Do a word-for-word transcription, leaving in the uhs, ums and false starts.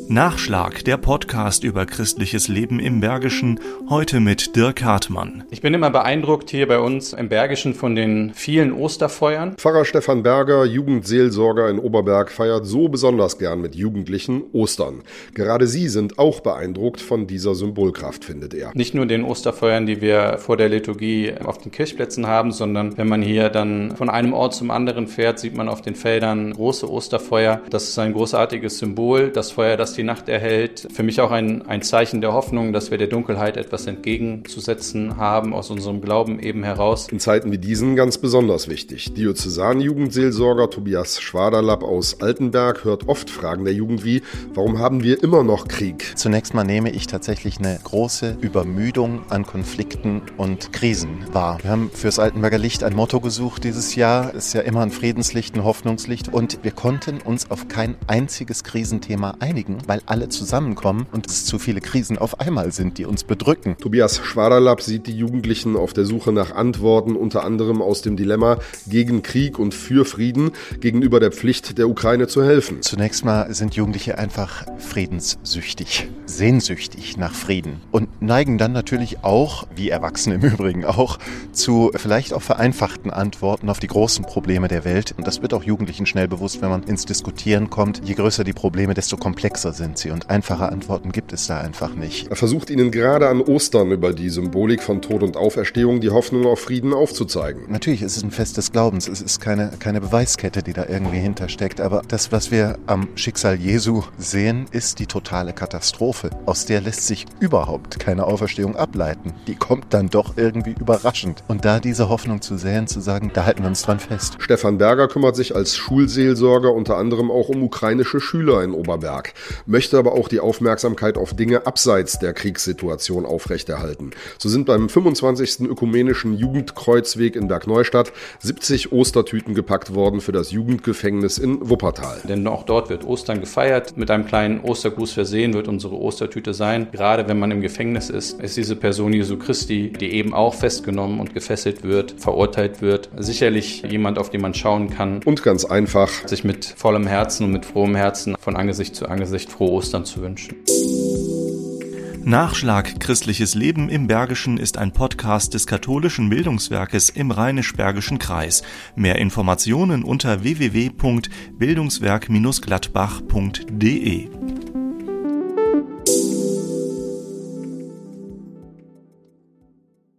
Nachschlag, der Podcast über christliches Leben im Bergischen, heute mit Dirk Hartmann. Ich bin immer beeindruckt hier bei uns im Bergischen von den vielen Osterfeuern. Pfarrer Stefan Berger, Jugendseelsorger in Oberberg, feiert so besonders gern mit Jugendlichen Ostern. Gerade sie sind auch beeindruckt von dieser Symbolkraft, findet er. Nicht nur den Osterfeuern, die wir vor der Liturgie auf den Kirchplätzen haben, sondern wenn man hier dann von einem Ort zum anderen fährt, sieht man auf den Feldern große Osterfeuer. Das ist ein großartiges Symbol, das Feuer, das die Nacht erhält. Für mich auch ein, ein Zeichen der Hoffnung, dass wir der Dunkelheit etwas entgegenzusetzen haben, aus unserem Glauben eben heraus. In Zeiten wie diesen ganz besonders wichtig. Diözesan-Jugendseelsorger Tobias Schwaderlapp aus Altenberg hört oft Fragen der Jugend wie: Warum haben wir immer noch Krieg? Zunächst mal nehme ich tatsächlich eine große Übermüdung an Konflikten und Krisen wahr. Wir haben fürs Altenberger Licht ein Motto gesucht dieses Jahr. Es ist ja immer ein Friedenslicht, ein Hoffnungslicht. Und wir konnten uns auf kein einziges Krisenthema einigen, weil alle zusammenkommen und es zu viele Krisen auf einmal sind, die uns bedrücken. Tobias Schwaderlapp sieht die Jugendlichen auf der Suche nach Antworten, unter anderem aus dem Dilemma gegen Krieg und für Frieden, gegenüber der Pflicht der Ukraine zu helfen. Zunächst mal sind Jugendliche einfach friedenssüchtig, sehnsüchtig nach Frieden und neigen dann natürlich auch, wie Erwachsene im Übrigen auch, zu vielleicht auch vereinfachten Antworten auf die großen Probleme der Welt. Und das wird auch Jugendlichen schnell bewusst, wenn man ins Diskutieren kommt. Je größer die Probleme, desto komplexer sind sie und einfache Antworten gibt es da einfach nicht. Er versucht ihnen gerade an Ostern über die Symbolik von Tod und Auferstehung die Hoffnung auf Frieden aufzuzeigen. Natürlich ist es ein Fest des Glaubens, es ist keine, keine Beweiskette, die da irgendwie hintersteckt, aber das, was wir am Schicksal Jesu sehen, ist die totale Katastrophe. Aus der lässt sich überhaupt keine Auferstehung ableiten. Die kommt dann doch irgendwie überraschend. Und da diese Hoffnung zu säen, zu sagen, da halten wir uns dran fest. Stefan Berger kümmert sich als Schulseelsorger unter anderem auch um ukrainische Schüler in Oberberg, möchte aber auch die Aufmerksamkeit auf Dinge abseits der Kriegssituation aufrechterhalten. So sind beim fünfundzwanzigsten ökumenischen Jugendkreuzweg in Bergneustadt siebzig Ostertüten gepackt worden für das Jugendgefängnis in Wuppertal. Denn auch dort wird Ostern gefeiert. Mit einem kleinen Ostergruß versehen wird unsere Ostertüte sein. Gerade wenn man im Gefängnis ist, ist diese Person Jesu Christi, die eben auch festgenommen und gefesselt wird, verurteilt wird, sicherlich jemand, auf den man schauen kann. Und ganz einfach, sich mit vollem Herzen und mit frohem Herzen von Angesicht zu Angesicht frohe Ostern zu wünschen. Nachschlag Christliches Leben im Bergischen ist ein Podcast des katholischen Bildungswerkes im Rheinisch-Bergischen Kreis. Mehr Informationen unter w w w punkt bildungswerk Bindestrich gladbach punkt d e.